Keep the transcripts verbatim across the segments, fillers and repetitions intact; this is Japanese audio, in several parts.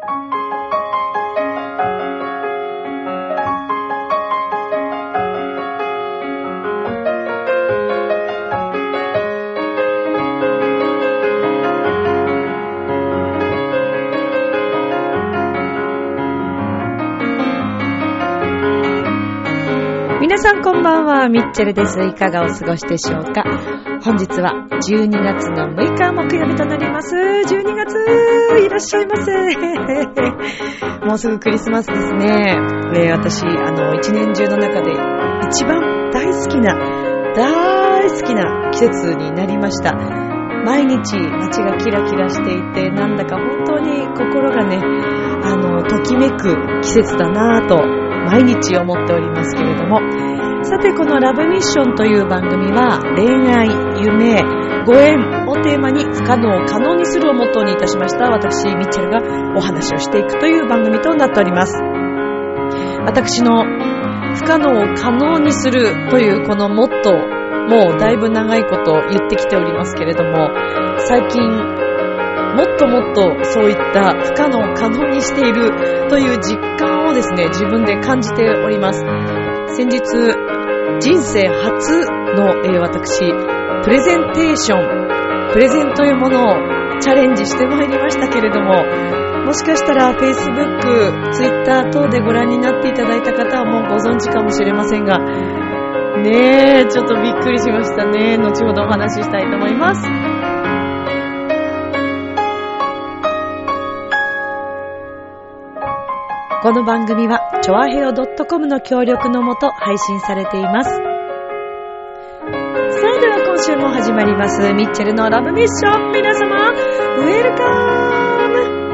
皆さんこんばんは、ミッチェルです。いかがお過ごしでしょうか。本日はじゅうにがつのむいか木曜日となります。じゅうにがついらっしゃいませ。もうすぐクリスマスですね。えー、私あの一年中の中で一番大好きな大好きな季節になりました。毎日街がキラキラしていて、なんだか本当に心がね、あのときめく季節だなぁと毎日思っておりますけれども、さてこのラブミッションという番組は恋愛、夢、ご縁をテーマに不可能を可能にするをモットーにいたしました私ミッチェルがお話をしていくという番組となっております。私の不可能を可能にするというこのモットー、もうだいぶ長いこと言ってきておりますけれども、最近もっともっとそういった不可能を可能にしているという実感をですね、自分で感じております。先日人生初の、えー、私プレゼンテーションプレゼンというものをチャレンジしてまいりましたけれども、もしかしたら Facebook、Twitter 等でご覧になっていただいた方はもうご存知かもしれませんがねえ、ちょっとびっくりしましたね。後ほどお話ししたいと思います。この番組はチョアヘオ .com の協力のもと配信されています。さあでは今週も始まりますミッチェルのラブミッション、皆様ウェルカ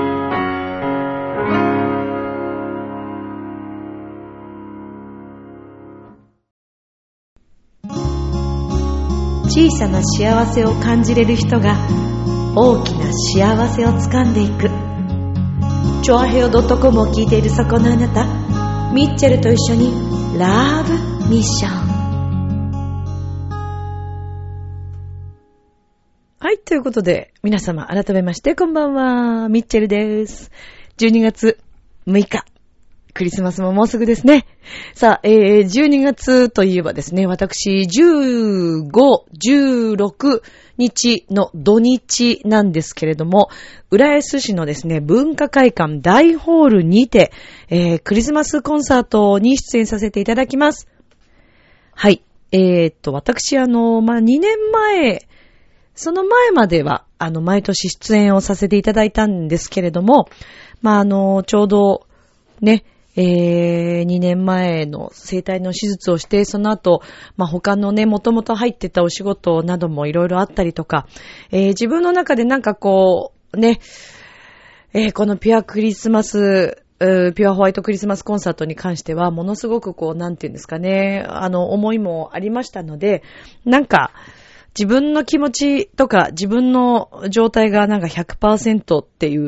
ム。小さな幸せを感じれる人が大きな幸せをつかんでいく。チョアヘオ .com を聞いているそこのあなた、ミッチェルと一緒にラブミッション。はい、ということで皆様改めましてこんばんは、ミッチェルです。じゅうにがつむいか、クリスマスももうすぐですね。さあ、えー、じゅうにがつといえばですね、私じゅうご、じゅうろくにちの土日なんですけれども、浦安市のですね、文化会館大ホールにて、えー、クリスマスコンサートに出演させていただきます。はい。えー、っと、私あの、まあ、にねんまえ、その前までは、あの、毎年出演をさせていただいたんですけれども、まあ、あの、ちょうど、ね、えー、にねんまえの声帯の手術をして、その後、まあ、他のね、もともと入ってたお仕事などもいろいろあったりとか、えー、自分の中でなんかこう、ね、えー、このピュアクリスマス、ピュアホワイトクリスマスコンサートに関しては、ものすごくこう、なんていうんですかね、あの、思いもありましたので、なんか、自分の気持ちとか自分の状態がなんか ひゃくパーセント っていう、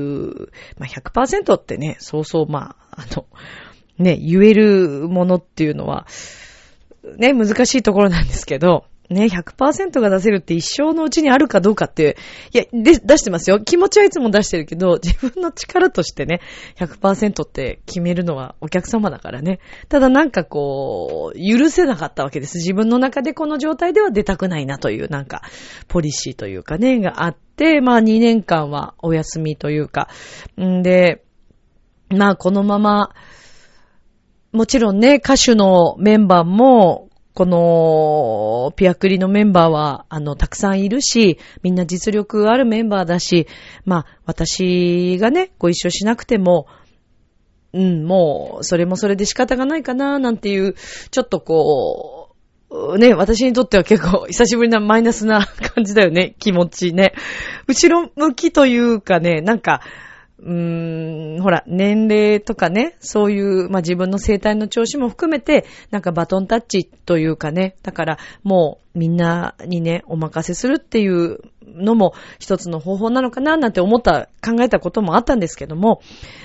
まあ ひゃくパーセント ってね、そうそうまあ、あの、ね、言えるものっていうのは、ね、難しいところなんですけど、ね、ひゃくパーセント が出せるって一生のうちにあるかどうかって、いや、で、出してますよ。気持ちはいつも出してるけど、自分の力としてね、ひゃくパーセント って決めるのはお客様だからね。ただなんかこう、許せなかったわけです。自分の中でこの状態では出たくないなという、なんか、ポリシーというかね、があって、まあにねんかんはお休みというか、んで、まあこのまま、もちろんね、歌手のメンバーも、このピアクリのメンバーはあのたくさんいるし、みんな実力あるメンバーだし、まあ私がねご一緒しなくても、うんもうそれもそれで仕方がないかななんていうちょっとこうね、私にとっては結構久しぶりなマイナスな感じだよね、気持ちね。後ろ向きというかね、なんか。うーん、ほら、年齢とかね、そういう、まあ、自分の生態の調子も含めて、なんかバトンタッチというかね、だからもうみんなにね、お任せするっていうのも一つの方法なのかななんて思った、考えたこともあったんですけども、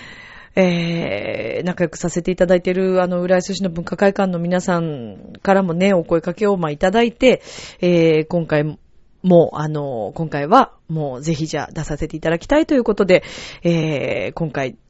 えー、仲良くさせていただいている、あの、浦安市の文化会館の皆さんからもね、お声掛けを、まあ、いただいて、えー、今回も、もう、あの、今回は、もうぜひじゃあ出させていただきたいということで、えー、今回、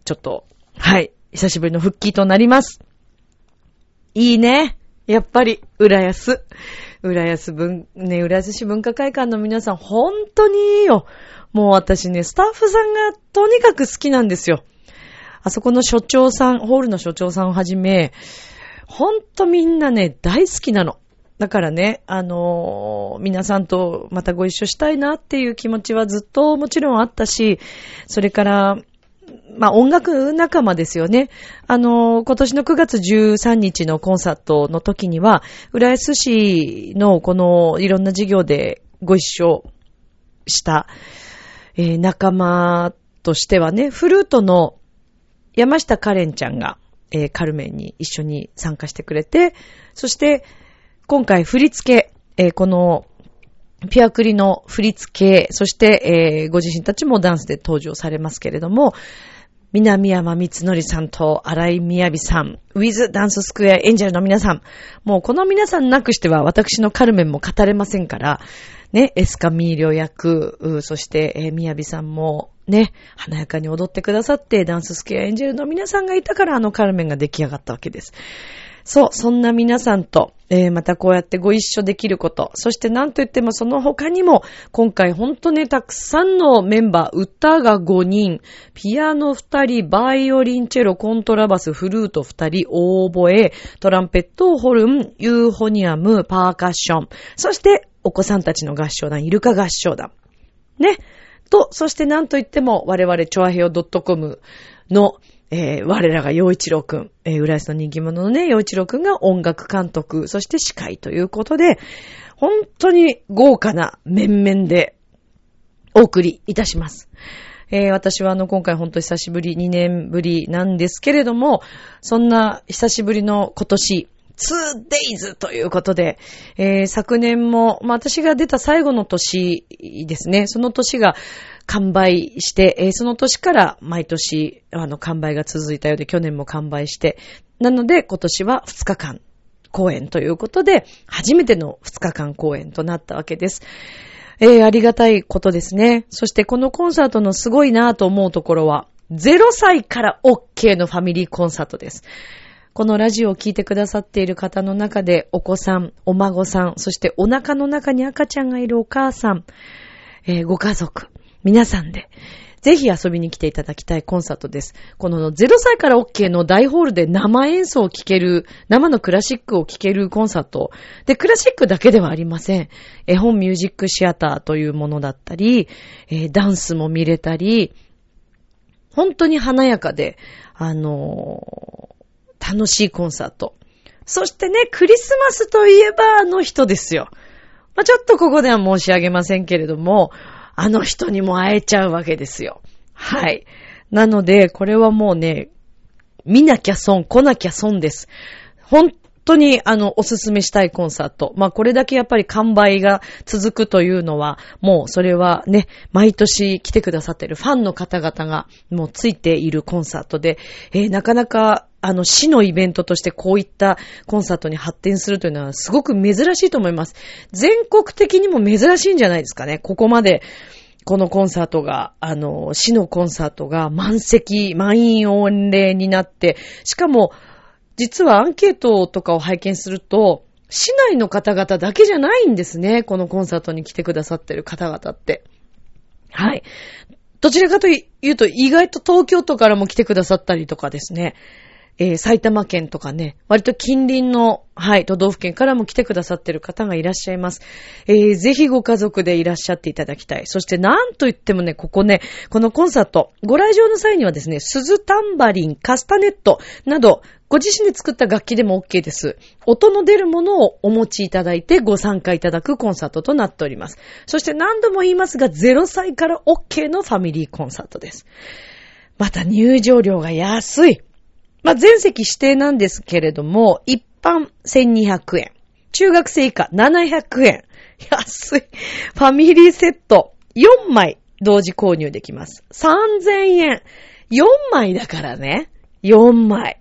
ちょっと、はい、久しぶりの復帰となります。いいね。やっぱり、浦安。浦安文、ね、浦安市文化会館の皆さん、本当にいいよ。もう私ね、スタッフさんがとにかく好きなんですよ。あそこの所長さん、ホールの所長さんをはじめ、ほんとみんなね、大好きなの。だからね、あのー、皆さんとまたご一緒したいなっていう気持ちはずっともちろんあったし、それから、まあ、音楽仲間ですよね。あのー、今年のくがつじゅうさんにちのコンサートの時には、浦安市のこのいろんな事業でご一緒した、えー、仲間としてはね、フルートの山下カレンちゃんが、えー、カルメンに一緒に参加してくれて、そして今回振り付け、えー、このピュアクリの振り付け、そして、えー、ご自身たちもダンスで登場されますけれども、南山光則さんと荒井みやびさん、ウィズダンススクエアエンジェルの皆さん、もうこの皆さんなくしては私のカルメンも語れませんから、ね、エスカミーリョ役、そして、えー、みやびさんもね、華やかに踊ってくださって、ダンススクエアエンジェルの皆さんがいたからあのカルメンが出来上がったわけです。そう、そんな皆さんと、えー、またこうやってご一緒できること、そしてなんといってもその他にも、今回ほんとね、たくさんのメンバー、歌がごにん、ピアノふたり、バイオリン、チェロ、コントラバス、フルートふたり、オーボエ、トランペット、ホルン、ユーフォニアム、パーカッション、そしてお子さんたちの合唱団、イルカ合唱団。ね。と、そしてなんといっても我々、チョアヘヨ .com のえー、我らが陽一郎くん、えー、浦安の人気者のね、陽一郎くんが音楽監督、そして司会ということで、本当に豪華な面々でお送りいたします。えー、私はあの、今回本当久しぶり、にねんぶりなんですけれども、そんな久しぶりの今年、ツーデイズ ということで、えー、昨年も、まあ、私が出た最後の年ですね、その年が完売して、えー、その年から毎年、あの、完売が続いたようで、去年も完売して、なので今年はふつかかん公演ということで、初めてのふつかかん公演となったわけです。えー、ありがたいことですね。そしてこのコンサートのすごいなぁと思うところは、ゼロさいから OK のファミリーコンサートです。このラジオを聞いてくださっている方の中で、お子さん、お孫さん、そしてお腹の中に赤ちゃんがいるお母さん、えー、ご家族、皆さんで、ぜひ遊びに来ていただきたいコンサートです。このゼロさいから OK の大ホールで生演奏を聴ける、生のクラシックを聴けるコンサート。で、クラシックだけではありません。絵本ミュージックシアターというものだったり、えー、ダンスも見れたり、本当に華やかで、あのー、楽しいコンサート。そしてね、クリスマスといえばあの人ですよ。まあ、ちょっとここでは申し上げませんけれども、あの人にも会えちゃうわけですよ。はい。なので、これはもうね、見なきゃ損、来なきゃ損です。本当に、あの、おすすめしたいコンサート。まあ、これだけやっぱり完売が続くというのは、もうそれはね、毎年来てくださっているファンの方々がもうついているコンサートで、えー、なかなか、あの、市のイベントとしてこういったコンサートに発展するというのはすごく珍しいと思います。全国的にも珍しいんじゃないですかね。ここまで、このコンサートが、あの、市のコンサートが満席、満員御礼になって、しかも、実はアンケートとかを拝見すると、市内の方々だけじゃないんですね。このコンサートに来てくださってる方々って。はい。どちらかというと、意外と東京都からも来てくださったりとかですね。えー、埼玉県とかね、割と近隣の、はい、都道府県からも来てくださっている方がいらっしゃいます。えー、ぜひご家族でいらっしゃっていただきたい。そしてなんといってもね、ここね、このコンサート、ご来場の際にはですね、鈴タンバリン、カスタネットなど、ご自身で作った楽器でも OK です。音の出るものをお持ちいただいてご参加いただくコンサートとなっております。そして何度も言いますが、ゼロさいから OK のファミリーコンサートです。また入場料が安い。まあ、全席指定なんですけれども、一般せんにひゃくえん。中学生以下ななひゃくえん。安い。ファミリーセットよんまい同時購入できます。さんぜんえん。よんまいだからね。よんまい。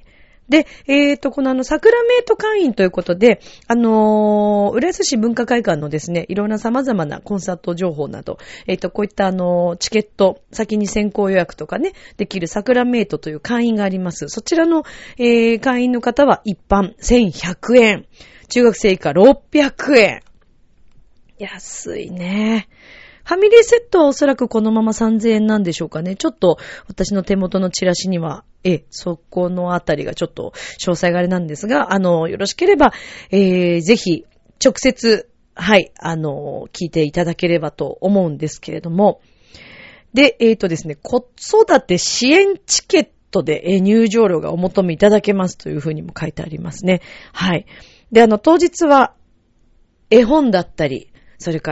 で、えっと、このあの、桜メイト会員ということで、あのー、浦安市文化会館のですね、いろんな様々なコンサート情報など、えっと、こういったあのー、チケット、先に先行予約とかね、できる桜メイトという会員があります。そちらの、えー、会員の方は一般せんひゃくえん。中学生以下ろっぴゃくえん。安いね。ファミリーセットはおそらくこのままさんぜんえんなんでしょうかね。ちょっと私の手元のチラシには、え、そこのあたりがちょっと詳細があれなんですが、あの、よろしければ、えー、ぜひ直接、はい、あの、聞いていただければと思うんですけれども。で、えっとですね、子育て支援チケットで入場料がお求めいただけますというふうにも書いてありますね。はい。で、あの、当日は絵本だったり、それから、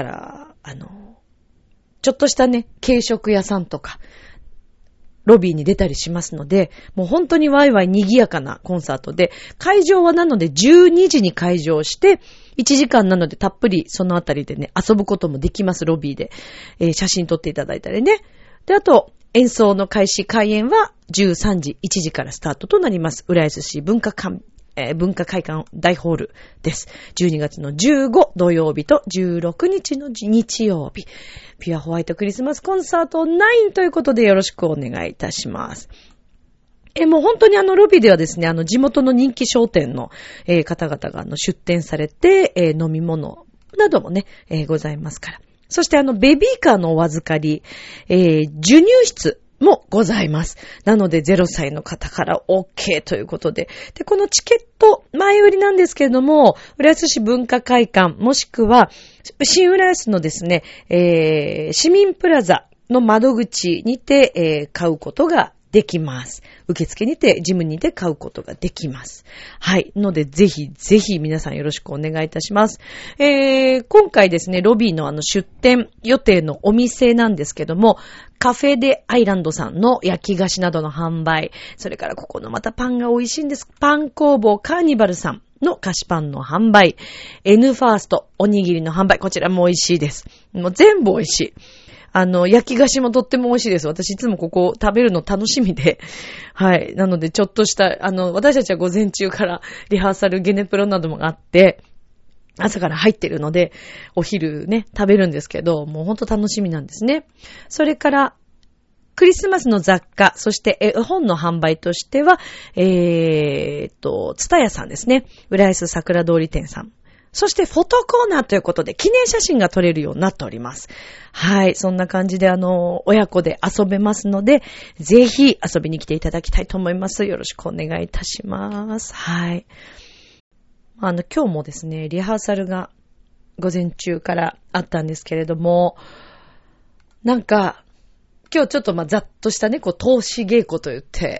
あの、ちょっとしたね、軽食屋さんとか、ロビーに出たりしますので、もう本当にワイワイ賑やかなコンサートで、会場はなのでじゅうにじに開場して、いちじかんなのでたっぷりそのあたりでね、遊ぶこともできます、ロビーで。えー、写真撮っていただいたりね。で、あと、演奏の開始、開演はじゅうさんじ、いちじからスタートとなります。浦安市文化館、えー、文化会館大ホールです。じゅうにがつのじゅうご土曜日とじゅうろくにちの日曜日。ピュアホワイトクリスマスコンサートナインということでよろしくお願いいたします。え、もう本当にあのロビーではですね、あの地元の人気商店の、えー、方々があの出店されて、えー、飲み物などもね、えー、ございますから。そしてあのベビーカーのお預かり、えー、授乳室もございます。なのでゼロさいの方から OK ということで。で、このチケット前売りなんですけれども、浦安市文化会館もしくは新浦安のですね、えー、市民プラザの窓口にて、えー、買うことができます。受付にて、ジムにて買うことができます。はい。ので、ぜひ、ぜひ皆さんよろしくお願いいたします。えー、今回ですね、ロビーのあの出店予定のお店なんですけども、カフェデアイランドさんの焼き菓子などの販売、それからここのまたパンが美味しいんです。パン工房カーニバルさんの菓子パンの販売、N ファーストおにぎりの販売、こちらも美味しいです。もう全部美味しい。あの、焼き菓子もとっても美味しいです。私いつもここ食べるの楽しみで。はい。なのでちょっとした、あの、私たちは午前中からリハーサル、ゲネプロなどもあって、朝から入ってるので、お昼ね、食べるんですけど、もうほんと楽しみなんですね。それから、クリスマスの雑貨、そして絵本の販売としては、えーっと、ツタヤさんですね。浦安桜通り店さん。そしてフォトコーナーということで記念写真が撮れるようになっております。はい。そんな感じであの、親子で遊べますので、ぜひ遊びに来ていただきたいと思います。よろしくお願いいたします。はい。あの、今日もですね、リハーサルが午前中からあったんですけれども、なんか、今日ちょっとまあざっとしたね、こう、投資稽古と言って、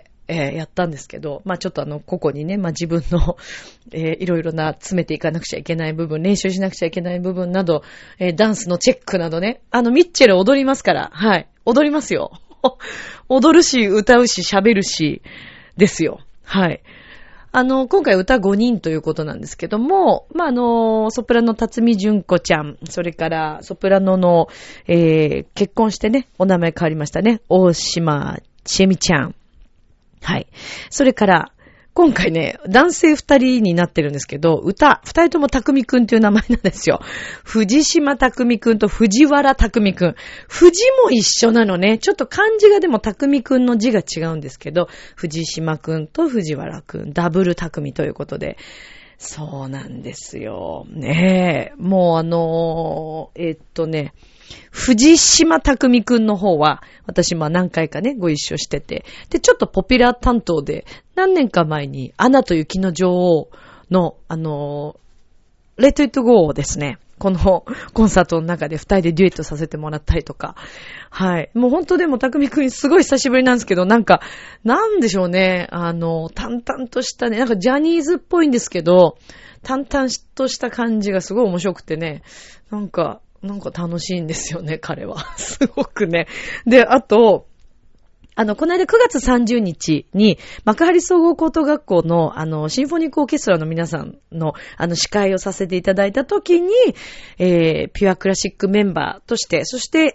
えー、やったんですけど、まあちょっとあの、個々にね、まあ自分の、えー、いろいろな詰めていかなくちゃいけない部分、練習しなくちゃいけない部分など、えー、ダンスのチェックなどね、あの、ミッチェル踊りますから、はい、踊りますよ。踊るし、歌うし、喋るし、ですよ。はい。あの、今回歌ごにんということなんですけども、まあ、あの、ソプラノ辰巳純子ちゃん、それからソプラノの、えー、結婚してね、お名前変わりましたね、大島千恵美ちゃん。はい。それから、今回ね、男性二人になってるんですけど、歌、二人とも匠くんという名前なんですよ。藤島匠くんと藤原匠くん。藤も一緒なのね。ちょっと漢字がでも匠くんの字が違うんですけど、藤島くんと藤原くん、ダブル匠ということで。そうなんですよ。ねえ。もうあのー、えー、っとね、藤島匠くんの方は、私まあ何回かね、ご一緒してて。で、ちょっとポピュラー担当で、何年か前に、アナと雪の女王の、あのー、Let It Go をですね、このコンサートの中で二人でデュエットさせてもらったりとか。はい。もう本当でも匠くんすごい久しぶりなんですけど、なんか、なんでしょうね、あの、淡々としたね、なんかジャニーズっぽいんですけど、淡々とした感じがすごい面白くてね、なんか、なんか楽しいんですよね、彼は。すごくね。で、あと、あの、この間くがつさんじゅうにちに、幕張総合高等学校の、あの、シンフォニックオーケストラの皆さんの、あの、司会をさせていただいたときに、えー、ピュアクラシックメンバーとして、そして、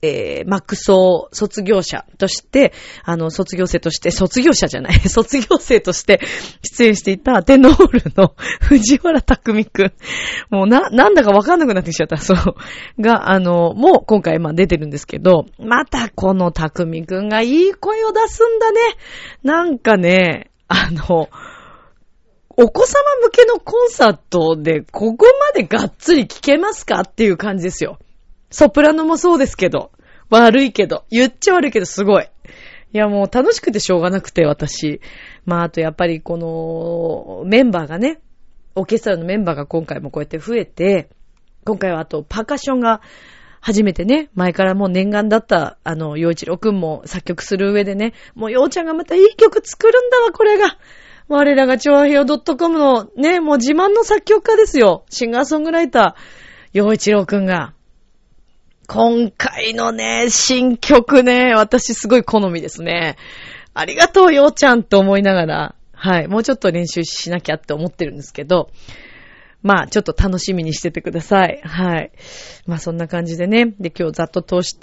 えー、マックスを卒業者として、あの、卒業生として、卒業者じゃない、卒業生として出演していたテノールの藤原匠くん。もうな、なんだかわかんなくなってきちゃった。そう。が、あの、もう今回まあ出てるんですけど、またこの匠くんがいい声を出すんだね。なんかね、あの、お子様向けのコンサートでここまでがっつり聴けますかっていう感じですよ。ソプラノもそうですけど、悪いけど、言っちゃ悪いけどすごい。いやもう楽しくてしょうがなくて私。まああとやっぱりこのメンバーがね、オーケストラのメンバーが今回もこうやって増えて、今回はあとパーカッションが初めてね、前からもう念願だったあの、陽一郎くんも作曲する上でね、もう陽ちゃんがまたいい曲作るんだわ、これが。我らがチョアヘヨ .com のね、もう自慢の作曲家ですよ。シンガーソングライター、陽一郎くんが。今回のね、新曲ね、私すごい好みですね。ありがとう、陽ちゃんと思いながら、はい、もうちょっと練習しなきゃって思ってるんですけど、まあ、ちょっと楽しみにしててください。はい。まあ、そんな感じでね。で、今日ざっと通して、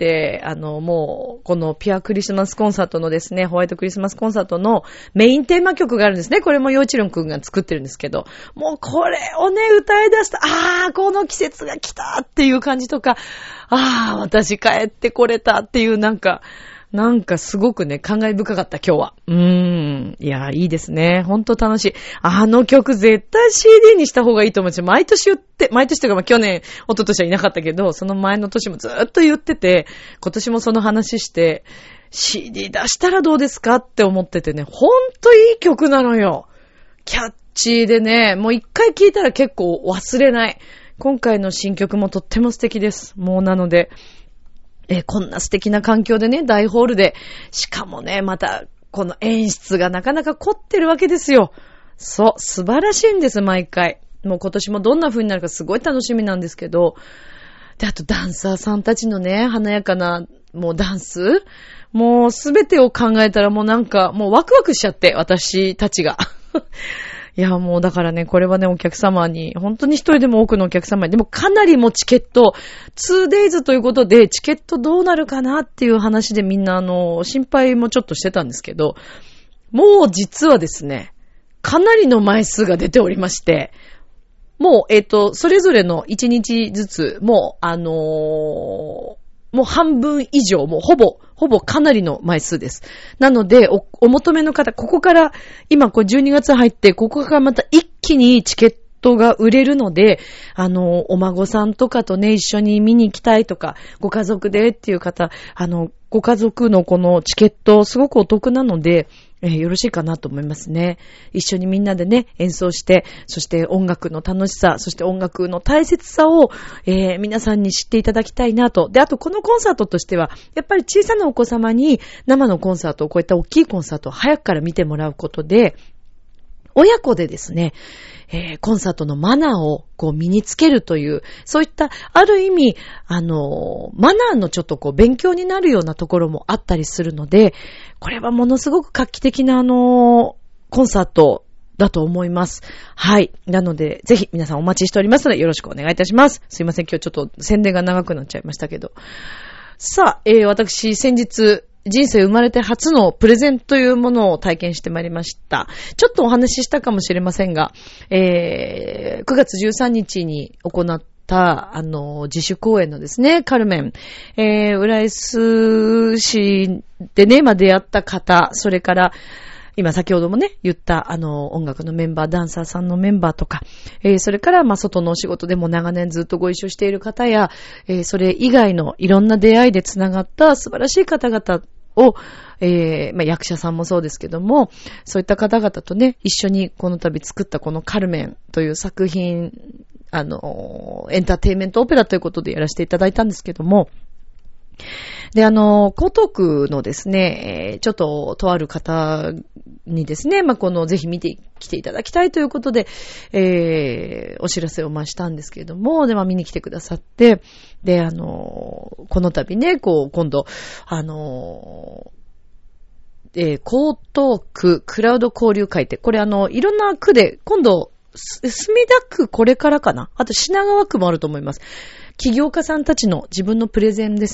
あの、もう、このピュアクリスマスコンサートのですね、ホワイトクリスマスコンサートのメインテーマ曲があるんですね。これも陽一郎くんが作ってるんですけど、もうこれをね、歌い出した、あー、この季節が来たっていう感じとか、あー、私帰ってこれたっていうなんか、なんかすごくね、感慨深かった今日は。うーん。いや、いいですね。ほんと楽しい。あの曲絶対 シーディー にした方がいいと思うんですよ。毎年言って、毎年というかまあ去年、一昨年はいなかったけど、その前の年もずっと言ってて、今年もその話して、シーディー 出したらどうですかって思っててね、ほんといい曲なのよ。キャッチーでね、もう一回聴いたら結構忘れない。今回の新曲もとっても素敵です。もうなので、えー、こんな素敵な環境でね、大ホールで、しかもね、また、この演出がなかなか凝ってるわけですよ。そう、素晴らしいんです、毎回。もう今年もどんな風になるかすごい楽しみなんですけど、で、あとダンサーさんたちのね、華やかな、もうダンスもうすべてを考えたらもうなんか、もうワクワクしちゃって、私たちが。いや、もうだからね、これはね、お客様に、本当に一人でも多くのお客様に、でもかなりもうチケット、ツーデイズということで、チケットどうなるかなっていう話でみんな、あの、心配もちょっとしてたんですけど、もう実はですね、かなりの枚数が出ておりまして、もう、えっと、それぞれのいちにちずつ、もう、あのー、もう半分以上、もうほぼ、ほぼかなりの枚数です。なので、お、お求めの方、ここから、今こうじゅうにがつ入って、ここからまた一気にチケットが売れるので、あの、お孫さんとかとね、一緒に見に行きたいとか、ご家族でっていう方、あの、ご家族のこのチケット、すごくお得なので、えー、よろしいかなと思いますね。一緒にみんなでね、演奏して、そして音楽の楽しさ、そして音楽の大切さを、えー、皆さんに知っていただきたいなと。で、あとこのコンサートとしては、やっぱり小さなお子様に生のコンサートをこういった大きいコンサートを早くから見てもらうことで、親子でですね、えー、コンサートのマナーをこう身につけるという、そういったある意味、あのー、マナーのちょっとこう勉強になるようなところもあったりするので、これはものすごく画期的なあのー、コンサートだと思います。はい。なので、ぜひ皆さんお待ちしておりますのでよろしくお願いいたします。すいません、今日ちょっと宣伝が長くなっちゃいましたけど。さあ、えー、私先日、人生生まれて初のプレゼンというものを体験してまいりました。ちょっとお話ししたかもしれませんが、えー、くがつじゅうさんにちに行った、あの、自主公演のですね、カルメン、えー、浦安市でね、まあ、出会った方、それから、今先ほどもね、言った、あの、音楽のメンバー、ダンサーさんのメンバーとか、えー、それから、まあ、外のお仕事でも長年ずっとご一緒している方や、えー、それ以外のいろんな出会いでつながった素晴らしい方々を、えー、まあ、役者さんもそうですけども、そういった方々とね、一緒にこの度作ったこのカルメンという作品、あの、エンターテインメントオペラということでやらせていただいたんですけども、で、あの、江東区のですね、ちょっととある方にですね、まあ、このぜひ見てきていただきたいということで、えー、お知らせをまあしたんですけれども、で、まあ、見に来てくださって、で、あの、この度ね、こう、今度、あの、えー、江東区クラウド交流会って、これあの、いろんな区で、今度、墨田区これからかな、あと品川区もあると思います。起業家さんたちの自分のプレゼンですね。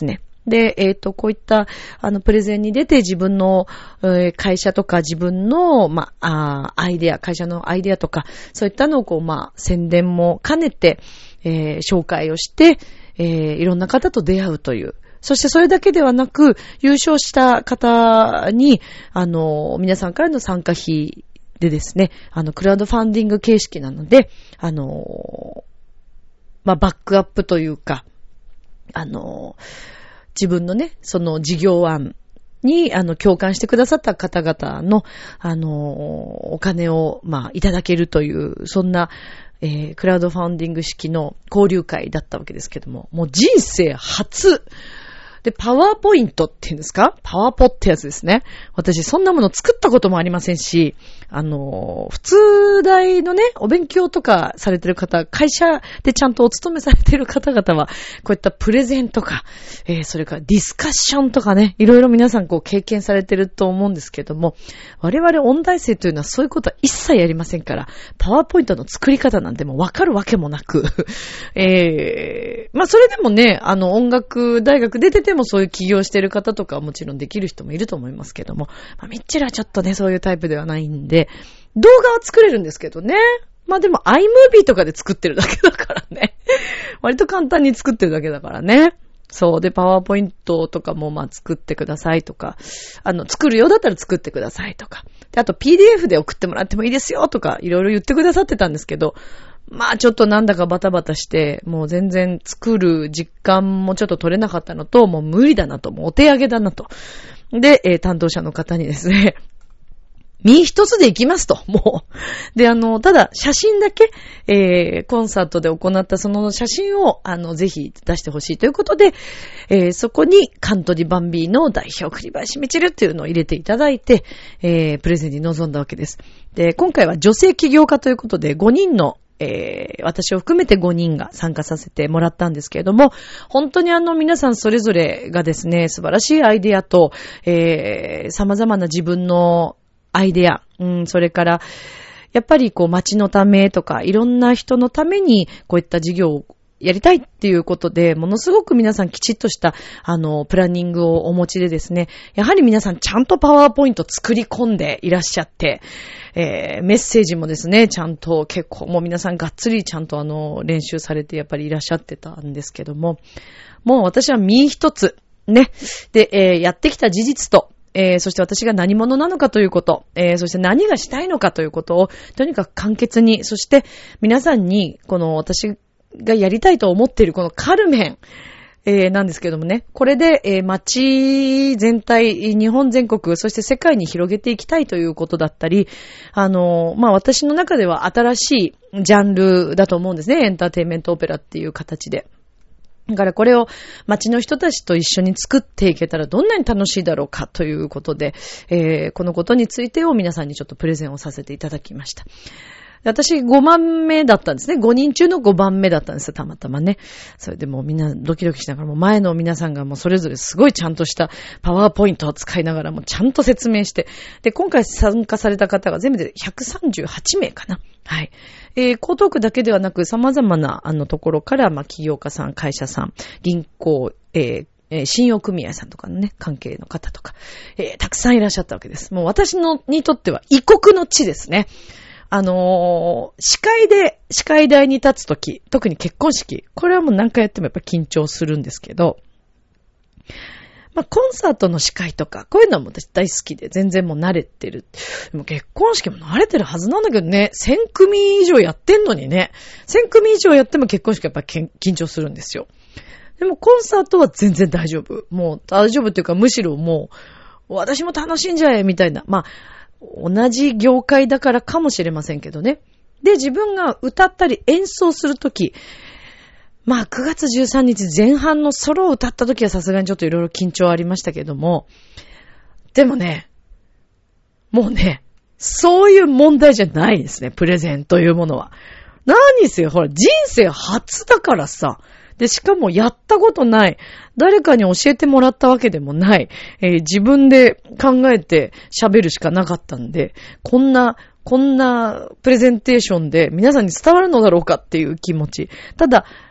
で、えっと、こういった、あの、プレゼンに出て自分の、えー、会社とか自分の、まあ、アイデア、会社のアイデアとか、そういったのをこう、まあ、宣伝も兼ねて、えー、紹介をして、えー、いろんな方と出会うという。そしてそれだけではなく、優勝した方に、あの、皆さんからの参加費でですね、あの、クラウドファンディング形式なので、あの、まあ、バックアップというか、あの、自分のね、その事業案に、あの、共感してくださった方々の、あの、お金を、まあ、いただけるという、そんな、えー、クラウドファンディング式の交流会だったわけですけども、もう人生初で、パワーポイントっていうんですか？パワーポってやつですね。私、そんなもの作ったこともありませんし、あの、普通大のね、お勉強とかされてる方、会社でちゃんとお勤めされてる方々は、こういったプレゼンとか、えー、それからディスカッションとかね、いろいろ皆さんこう経験されてると思うんですけども、我々音大生というのはそういうことは一切やりませんから、パワーポイントの作り方なんてもうわかるわけもなく、えー、まあそれでもね、あの音楽大学出ててもそういう起業してる方とかはもちろんできる人もいると思いますけども、まあ、ミッチェルはちょっとね、そういうタイプではないんで、動画は作れるんですけどね。まあでも iMovie とかで作ってるだけだからね。割と簡単に作ってるだけだからね。そう。で、パワーポイントとかもまあ作ってくださいとか、あの、作るようだったら作ってくださいとか。で、あと ピーディーエフ で送ってもらってもいいですよとか、いろいろ言ってくださってたんですけど、まあちょっとなんだかバタバタして、もう全然作る実感もちょっと取れなかったのと、もう無理だなと、もうお手上げだなと。で、えー、担当者の方にですね、身一つで行きますと、もう。で、あの、ただ、写真だけ、えー、コンサートで行ったその写真を、あの、ぜひ出してほしいということで、えー、そこにカントリバンビーの代表栗林みちるっていうのを入れていただいて、えー、プレゼンに臨んだわけです。で、今回は女性起業家ということで、ごにんのえー、私を含めてごにんが参加させてもらったんですけれども、本当にあの皆さんそれぞれがですね、素晴らしいアイデアと、えー、様々な自分のアイデア、うん、それから、やっぱりこう街のためとか、いろんな人のためにこういった事業をやりたいっていうことで、ものすごく皆さんきちっとした、あの、プランニングをお持ちでですね、やはり皆さんちゃんとパワーポイント作り込んでいらっしゃって、えー、メッセージもですね、ちゃんと結構もう皆さんがっつりちゃんとあの、練習されてやっぱりいらっしゃってたんですけども、もう私は身一つ、ね、で、えー、やってきた事実と、えー、そして私が何者なのかということ、えー、そして何がしたいのかということを、とにかく簡潔に、そして皆さんに、この私がやりたいと思っているこのカルメン、えー、なんですけどもね、これで、えー、街全体、日本全国、そして世界に広げていきたいということだったり、あのー、まあ、私の中では新しいジャンルだと思うんですね。エンターテインメントオペラっていう形で。だからこれを街の人たちと一緒に作っていけたらどんなに楽しいだろうかということで、えー、このことについてを皆さんにちょっとプレゼンをさせていただきました。私ごばんめだったんですね。ごにん中のごばんめだったんですよ、たまたまね。それでもうみんなドキドキしながら、もう前の皆さんがもうそれぞれすごいちゃんとしたパワーポイントを使いながらもちゃんと説明して、で、今回参加された方が全部でひゃくさんじゅうはちめいかな。はい。えー、江東区だけではなく様々なあのところから、まあ、起業家さん、会社さん、銀行、えーえー、信用組合さんとかのね、関係の方とか、えー、たくさんいらっしゃったわけです。もう私のにとっては異国の地ですね。あのー、司会で、司会台に立つとき、特に結婚式、これはもう何回やってもやっぱ緊張するんですけど、まあ、コンサートの司会とか、こういうのはもう私大好きで、全然もう慣れてる。でも結婚式も慣れてるはずなんだけどね、せんくみ以上やってんのにね、せんくみ以上やっても結婚式はやっぱ緊張するんですよ。でもコンサートは全然大丈夫。もう大丈夫っていうか、むしろもう、私も楽しんじゃえ、みたいな。まあ、同じ業界だからかもしれませんけどね。で、自分が歌ったり演奏するとき、まあくがつじゅうさんにち前半のソロを歌ったときはさすがにちょっといろいろ緊張ありましたけども、でもね、もうね、そういう問題じゃないですね、プレゼンというものは。何せよ、ほら、人生初だからさ。で、しかもやったことない。誰かに教えてもらったわけでもない。えー、自分で考えて喋るしかなかったんで、こんな、こんなプレゼンテーションで皆さんに伝わるのだろうかっていう気持ち。ただ、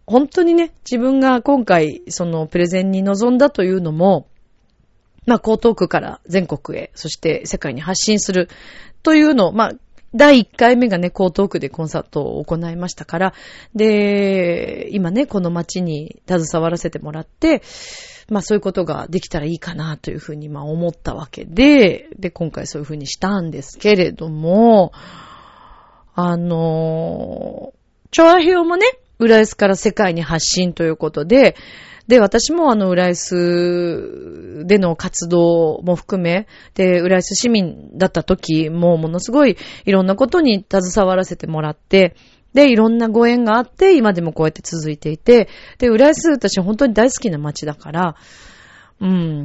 本当にね、自分が今回、そのプレゼンに臨んだというのも、まあ、江東区から全国へ、そして世界に発信するというのを、まあ、だいいっかいめがね、江東区でコンサートを行いましたから、で、今ね、この街に携わらせてもらって、まあそういうことができたらいいかなというふうにまあ思ったわけで、で、今回そういうふうにしたんですけれども、あの、チョアヘオもね、浦安から世界に発信ということで、で、私もあの、浦安での活動も含め、で、浦安市民だった時もものすごいいろんなことに携わらせてもらって、で、いろんなご縁があって、今でもこうやって続いていて、で、浦安私本当に大好きな街だから、うん。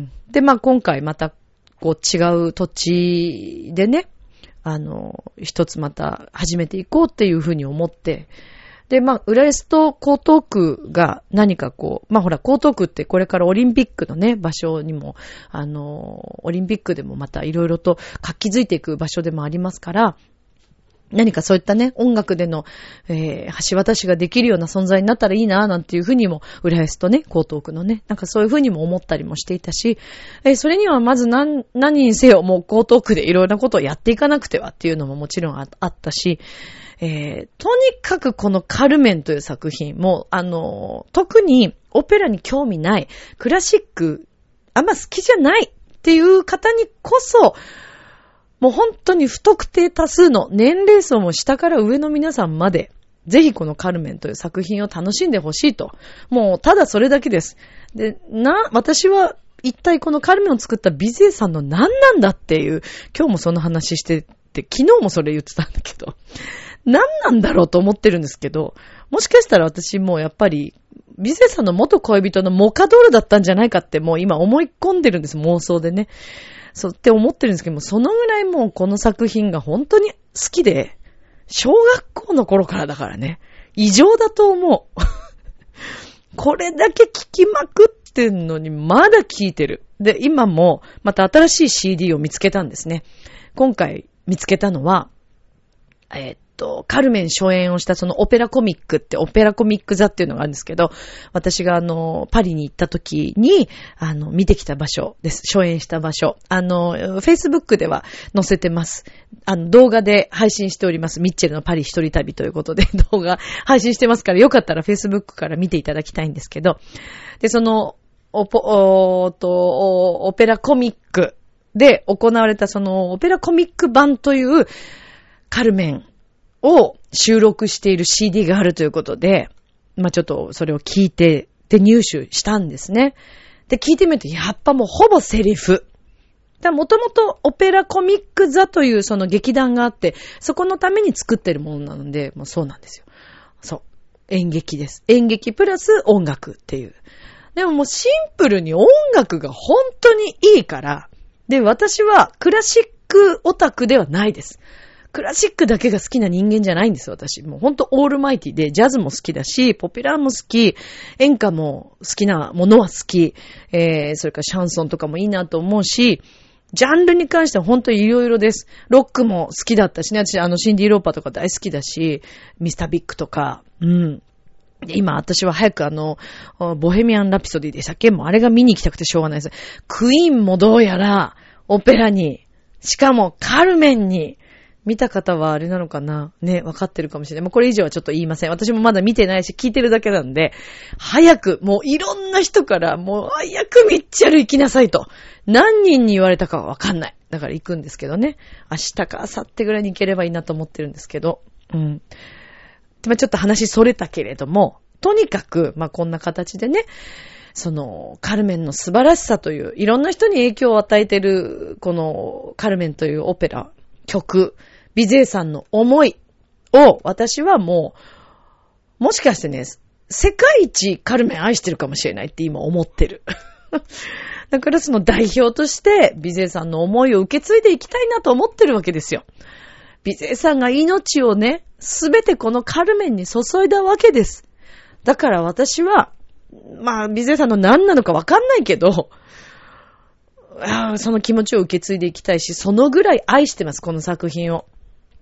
で、まあ今回また、こう違う土地でね、あの、一つまた始めていこうっていうふうに思って、で、まあ、浦安と江東区が何かこう、まあほら、江東区ってこれからオリンピックのね、場所にも、あの、オリンピックでもまたいろいろと活気づいていく場所でもありますから、何かそういったね、音楽での、えー、橋渡しができるような存在になったらいいな、なんていうふうにも、浦安とね、江東区のね、なんかそういうふうにも思ったりもしていたし、えー、それにはまず何、何にせよ、もう江東区でいろいろなことをやっていかなくてはっていうのももちろん あ, あったし、えー、とにかくこのカルメンという作品も、あの、特にオペラに興味ない、クラシックあんま好きじゃないっていう方にこそ、もう本当に不特定多数の年齢層も下から上の皆さんまで、ぜひこのカルメンという作品を楽しんでほしいと。もうただそれだけです。で、な、私は一体このカルメンを作ったビゼーさんの何なんだっていう、今日もその話してて、昨日もそれ言ってたんだけど、何なんだろうと思ってるんですけど、もしかしたら私もやっぱり、ビゼさんの元恋人のモカドールだったんじゃないかってもう今思い込んでるんです、妄想でね。そうって思ってるんですけども、そのぐらいもうこの作品が本当に好きで、小学校の頃からだからね、異常だと思う。これだけ聞きまくってんのにまだ聞いてる。で、今もまた新しい シーディー を見つけたんですね。今回見つけたのは、えー、っと、カルメン初演をしたそのオペラコミックってオペラコミック座っていうのがあるんですけど、私があの、パリに行った時に、あの、見てきた場所です。初演した場所。あの、Facebook では載せてます。あの、動画で配信しております。ミッチェルのパリ一人旅ということで動画配信してますから、よかったら Facebook から見ていただきたいんですけど、で、その、オポ、おーと、オペラコミックで行われたそのオペラコミック版というカルメンを収録している シーディー があるということで、まあちょっとそれを聞いて、で入手したんですね。で聞いてみると、やっぱもうほぼセリフ。もともとオペラコミック座というその劇団があって、そこのために作ってるものなので、もうそうなんですよ。そう。演劇です。演劇プラス音楽っていう。でももうシンプルに音楽が本当にいいから、で、私はクラシックオタクではないです。クラシックだけが好きな人間じゃないんですよ、私。もうほんとオールマイティで、ジャズも好きだし、ポピュラーも好き、演歌も好きなものは好き、えー、それからシャンソンとかもいいなと思うし、ジャンルに関してはほんといろいろです。ロックも好きだったしね、私あのシンディ・ローパーとか大好きだし、ミスター・ビッグとか、うん。今私は早くあの、ボヘミアン・ラピソディでしたっけ？もうあれが見に行きたくてしょうがないです。クイーンもどうやら、オペラに、しかもカルメンに、見た方はあれなのかなね、わかってるかもしれない。もうこれ以上はちょっと言いません。私もまだ見てないし、聞いてるだけなんで、早く、もういろんな人から、もう早くミッチェル行きなさいと。何人に言われたかはわかんない。だから行くんですけどね。明日か明後日ぐらいに行ければいいなと思ってるんですけど。うん。まあちょっと話それたけれども、とにかく、まあこんな形でね、その、カルメンの素晴らしさという、いろんな人に影響を与えている、この、カルメンというオペラ、曲、ビゼーさんの思いを私はもう、もしかしてね、世界一カルメン愛してるかもしれないって今思ってる。だからその代表としてビゼーさんの思いを受け継いでいきたいなと思ってるわけですよ。ビゼーさんが命をね、すべてこのカルメンに注いだわけです。だから私は、まあビゼーさんの何なのかわかんないけど、あその気持ちを受け継いでいきたいし、そのぐらい愛してます、この作品を。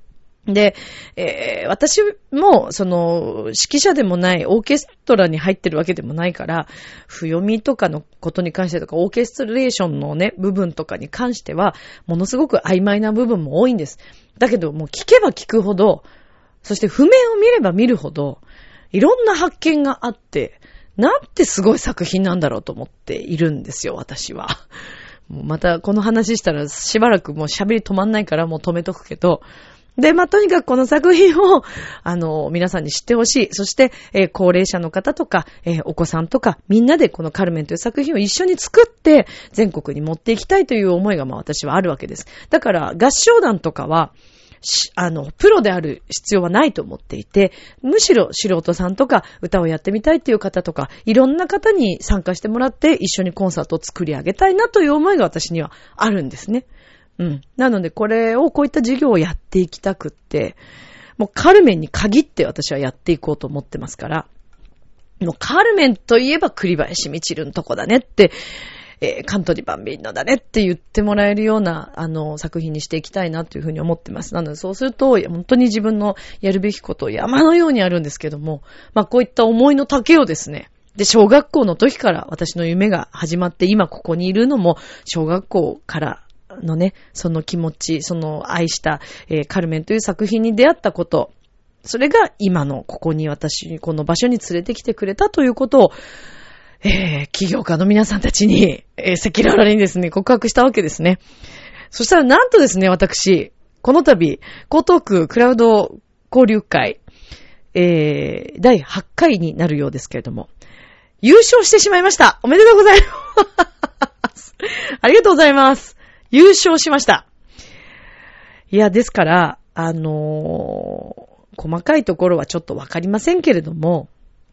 で、えー、私も、その、指揮者でもない、オーケストラに入ってるわけでもないから、譜読みとかのことに関してとか、オーケストレーションのね、部分とかに関しては、ものすごく曖昧な部分も多いんです。だけど、もう聞けば聞くほど、そして譜面を見れば見るほど、いろんな発見があって、なんてすごい作品なんだろうと思っているんですよ、私は。もうまたこの話したらしばらくもう喋り止まんないからもう止めとくけど、で、まあ、とにかくこの作品を、あの、皆さんに知ってほしい。そして、えー、高齢者の方とか、えー、お子さんとか、みんなでこのカルメンという作品を一緒に作って、全国に持っていきたいという思いが、まあ、私はあるわけです。だから、合唱団とかは、あの、プロである必要はないと思っていて、むしろ素人さんとか、歌をやってみたいっていう方とか、いろんな方に参加してもらって、一緒にコンサートを作り上げたいなという思いが私にはあるんですね。うん。なので、これをこういった授業をやっていきたくって、もうカルメンに限って私はやっていこうと思ってますから、もうカルメンといえば栗林みちるんとこだねって、えー、カントリバンビンノだねって言ってもらえるような、あの、作品にしていきたいなというふうに思ってます。なので、そうすると、本当に自分のやるべきことを山のようにあるんですけども、まあ、こういった思いの丈をですね、で、小学校の時から私の夢が始まって、今ここにいるのも、小学校からのね、その気持ち、その愛した、えー、カルメンという作品に出会ったこと、それが今のここに私、この場所に連れてきてくれたということを、えー、起業家の皆さんたちに、えー、赤裸々にですね、告白したわけですね。そしたらなんとですね、私、この度、江東区クラウド交流会、えー、だいはちかいになるようですけれども、優勝してしまいました。おめでとうございます。ありがとうございます。優勝しました。いや、ですから、あのー、細かいところはちょっとわかりませんけれども、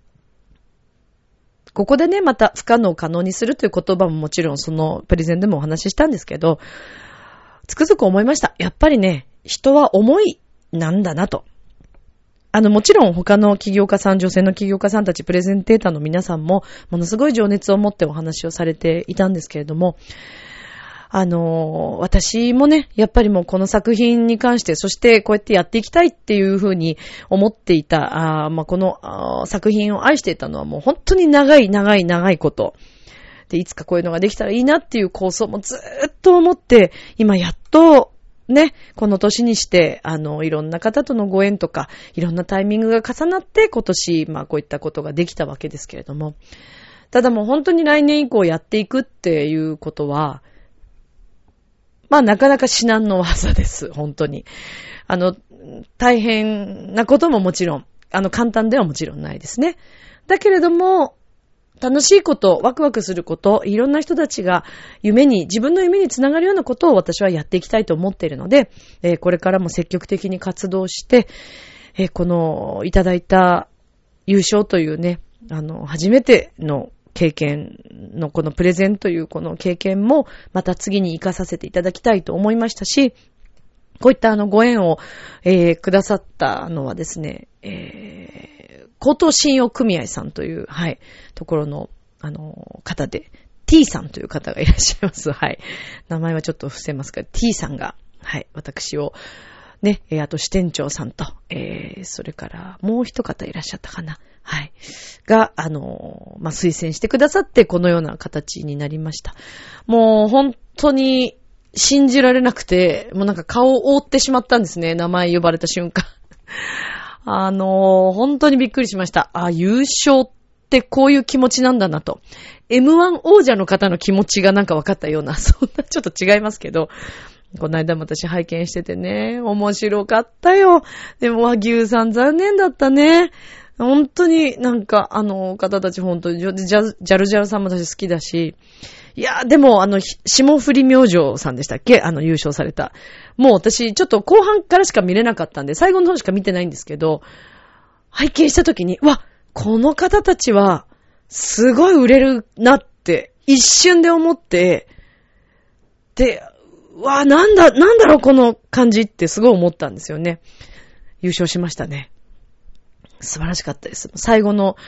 ここでね、また不可能を可能にするという言葉ももちろんそのプレゼンでもお話ししたんですけど、つくづく思いました。やっぱりね、人は思いなんだなと。あの、もちろん他の起業家さん、女性の起業家さんたち、プレゼンテーターの皆さんも、ものすごい情熱を持ってお話をされていたんですけれども、あのー、私もね、やっぱりもうこの作品に関して、そしてこうやってやっていきたいっていうふうに思っていた、あまあ、このあ作品を愛していたのはもう本当に長い長い長いこと。で、いつかこういうのができたらいいなっていう構想もずーっと思って、今やっと、ね、この年にして、あの、いろんな方とのご縁とか、いろんなタイミングが重なって、今年、まあこういったことができたわけですけれども。ただもう本当に来年以降やっていくっていうことは、まあなかなか至難の技です、本当に。あの、大変なことももちろん、あの簡単ではもちろんないですね。だけれども、楽しいこと、ワクワクすること、いろんな人たちが夢に、自分の夢につながるようなことを私はやっていきたいと思っているので、えー、これからも積極的に活動して、えー、このいただいた優勝というね、あの、初めての経験のこのプレゼンというこの経験もまた次に生かさせていただきたいと思いましたし、こういったあのご縁を、えー、くださったのはですね、えー、高等信用組合さんという、はい、ところの、あの、方で、T さんという方がいらっしゃいます。はい。名前はちょっと伏せますが、T さんが、はい、私を、ね、えー、あと支店長さんと、えー、それからもう一方いらっしゃったかな。はい。が、あのー、まあ、推薦してくださって、このような形になりました。もう、本当に、信じられなくて、もうなんか顔を覆ってしまったんですね。名前呼ばれた瞬間。あのー、本当にびっくりしました。あ、優勝ってこういう気持ちなんだなと。エムワン 王者の方の気持ちがなんか分かったような、そんなちょっと違いますけど、この間も私拝見しててね、面白かったよ。でも和牛さん残念だったね。本当になんかあの方たち本当にジャ、ジャルジャルさんも私好きだし、いやでもあの霜降り明星さんでしたっけ、あの優勝された。もう私ちょっと後半からしか見れなかったんで最後の方しか見てないんですけど、拝見した時にわ、この方たちはすごい売れるなって一瞬で思って、で、わ、なんだなんだろうこの感じってすごい思ったんですよね。優勝しましたね。素晴らしかったです。最後の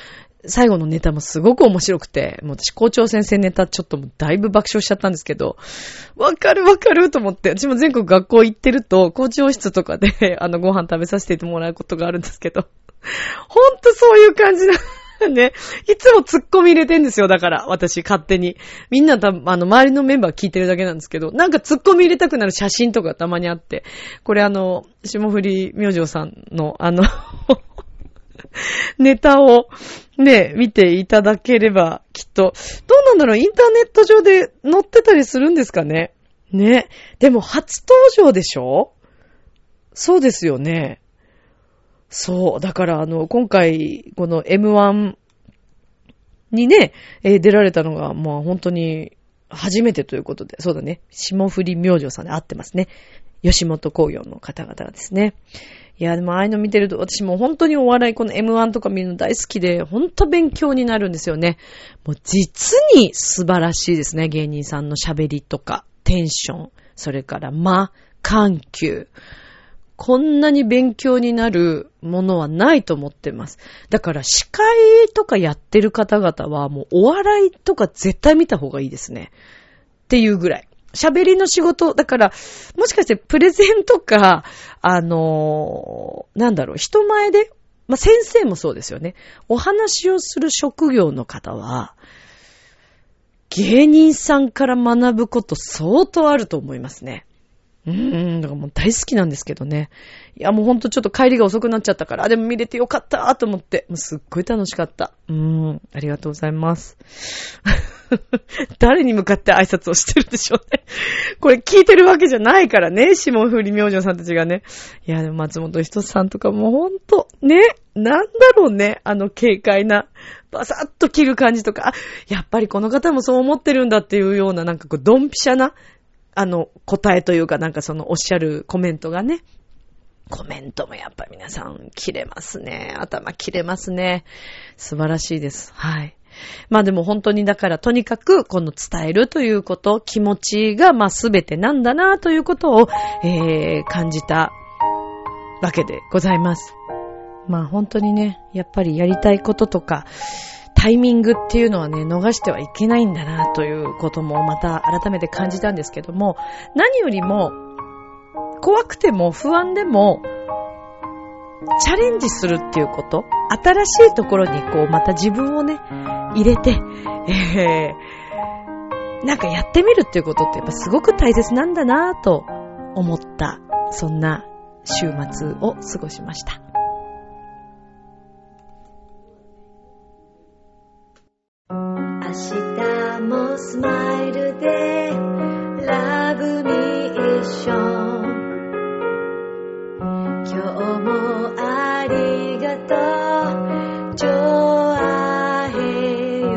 最後のネタもすごく面白くて、もう私校長先生ネタちょっともうだいぶ爆笑しちゃったんですけど、わかるわかると思って、私も全国学校行ってると、校長室とかで、あの、ご飯食べさせてもらうことがあるんですけど、ほんとそういう感じなね。いつも突っ込み入れてんですよ、だから、私勝手に。みんな多分、あの、周りのメンバー聞いてるだけなんですけど、なんか突っ込み入れたくなる写真とかたまにあって、これあの、霜降り明星さんの、あの、ネタをね、見ていただければ、きっと、どうなんだろう、インターネット上で載ってたりするんですかね。ね。でも初登場でしょ？そうですよね。そう。だからあの、今回、この エムワン にね、えー、出られたのが、まあ本当に初めてということで、そうだね。霜降り明星さんで合ってますね。吉本興業の方々ですね。いや、でもああいうの見てると、私も本当にお笑い、この エムワン とか見るの大好きで、本当勉強になるんですよね。もう実に素晴らしいですね。芸人さんの喋りとか、テンション、それから間、緩急。こんなに勉強になるものはないと思ってます。だから司会とかやってる方々はもうお笑いとか絶対見た方がいいですね。っていうぐらい。喋りの仕事、だから、もしかしてプレゼンとか、あのー、なんだろう、人前で、まあ、先生もそうですよね。お話をする職業の方は、芸人さんから学ぶこと相当あると思いますね。うーん、だからもう大好きなんですけどね。いやもうほんとちょっと帰りが遅くなっちゃったから、でも見れてよかったと思って、もうすっごい楽しかった。うーん、ありがとうございます。誰に向かって挨拶をしてるんでしょうね。これ聞いてるわけじゃないからね、霜降り明星さんたちがね。いやでも松本人志さんとかもほんと、ね、なんだろうね、あの軽快な、バサッと切る感じとか、あ、やっぱりこの方もそう思ってるんだっていうような、なんかこうドンピシャな、あの、答えというかなんかそのおっしゃるコメントがね。コメントもやっぱ皆さん切れますね。頭切れますね。素晴らしいです。はい。まあでも本当にだからとにかくこの伝えるということ、気持ちがまあ全てなんだなということを、えー、感じたわけでございます。まあ本当にね、やっぱりやりたいこととか、タイミングっていうのはね、逃してはいけないんだなということもまた改めて感じたんですけども、何よりも怖くても不安でもチャレンジするっていうこと、新しいところにこうまた自分をね入れて、えー、なんかやってみるっていうことってやっぱすごく大切なんだなと思った、そんな週末を過ごしました。明日もスマイルでラブミーション、今日もありがとうジョアヘヨ。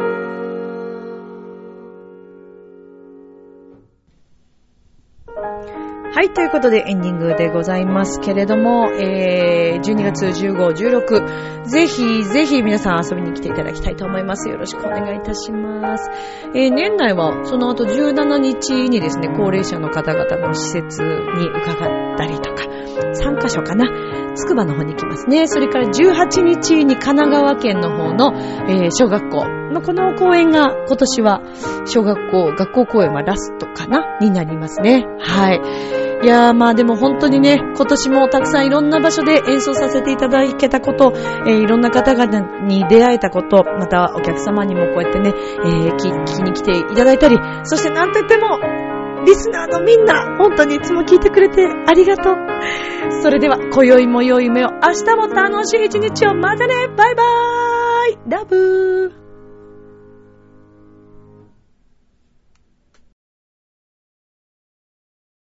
はい、ということでエンディングでございますけれども、えー、じゅうにがつじゅうご、じゅうろく、ぜひぜひ皆さん遊びに来ていただきたいと思います。よろしくお願いいたします。えー、年内はその後じゅうしちにちにですね、高齢者の方々の施設に伺ったりとか、さんかしょかな、つくばの方に行きますね。それからじゅうはちにちに神奈川県の方の、えー、小学校のこの公演が今年は小学校、学校公演はラストかなになりますね。はい。いやーまあでも本当にね、今年もたくさんいろんな場所で演奏させていただけたこと、えー、いろんな方々に出会えたこと、またお客様にもこうやってね、えー、聞きに来ていただいたり、そしてなんといってもリスナーのみんな本当にいつも聞いてくれてありがとう。それでは今宵も良い夢を、明日も楽しい一日を。またね、バイバーイ、ラブー。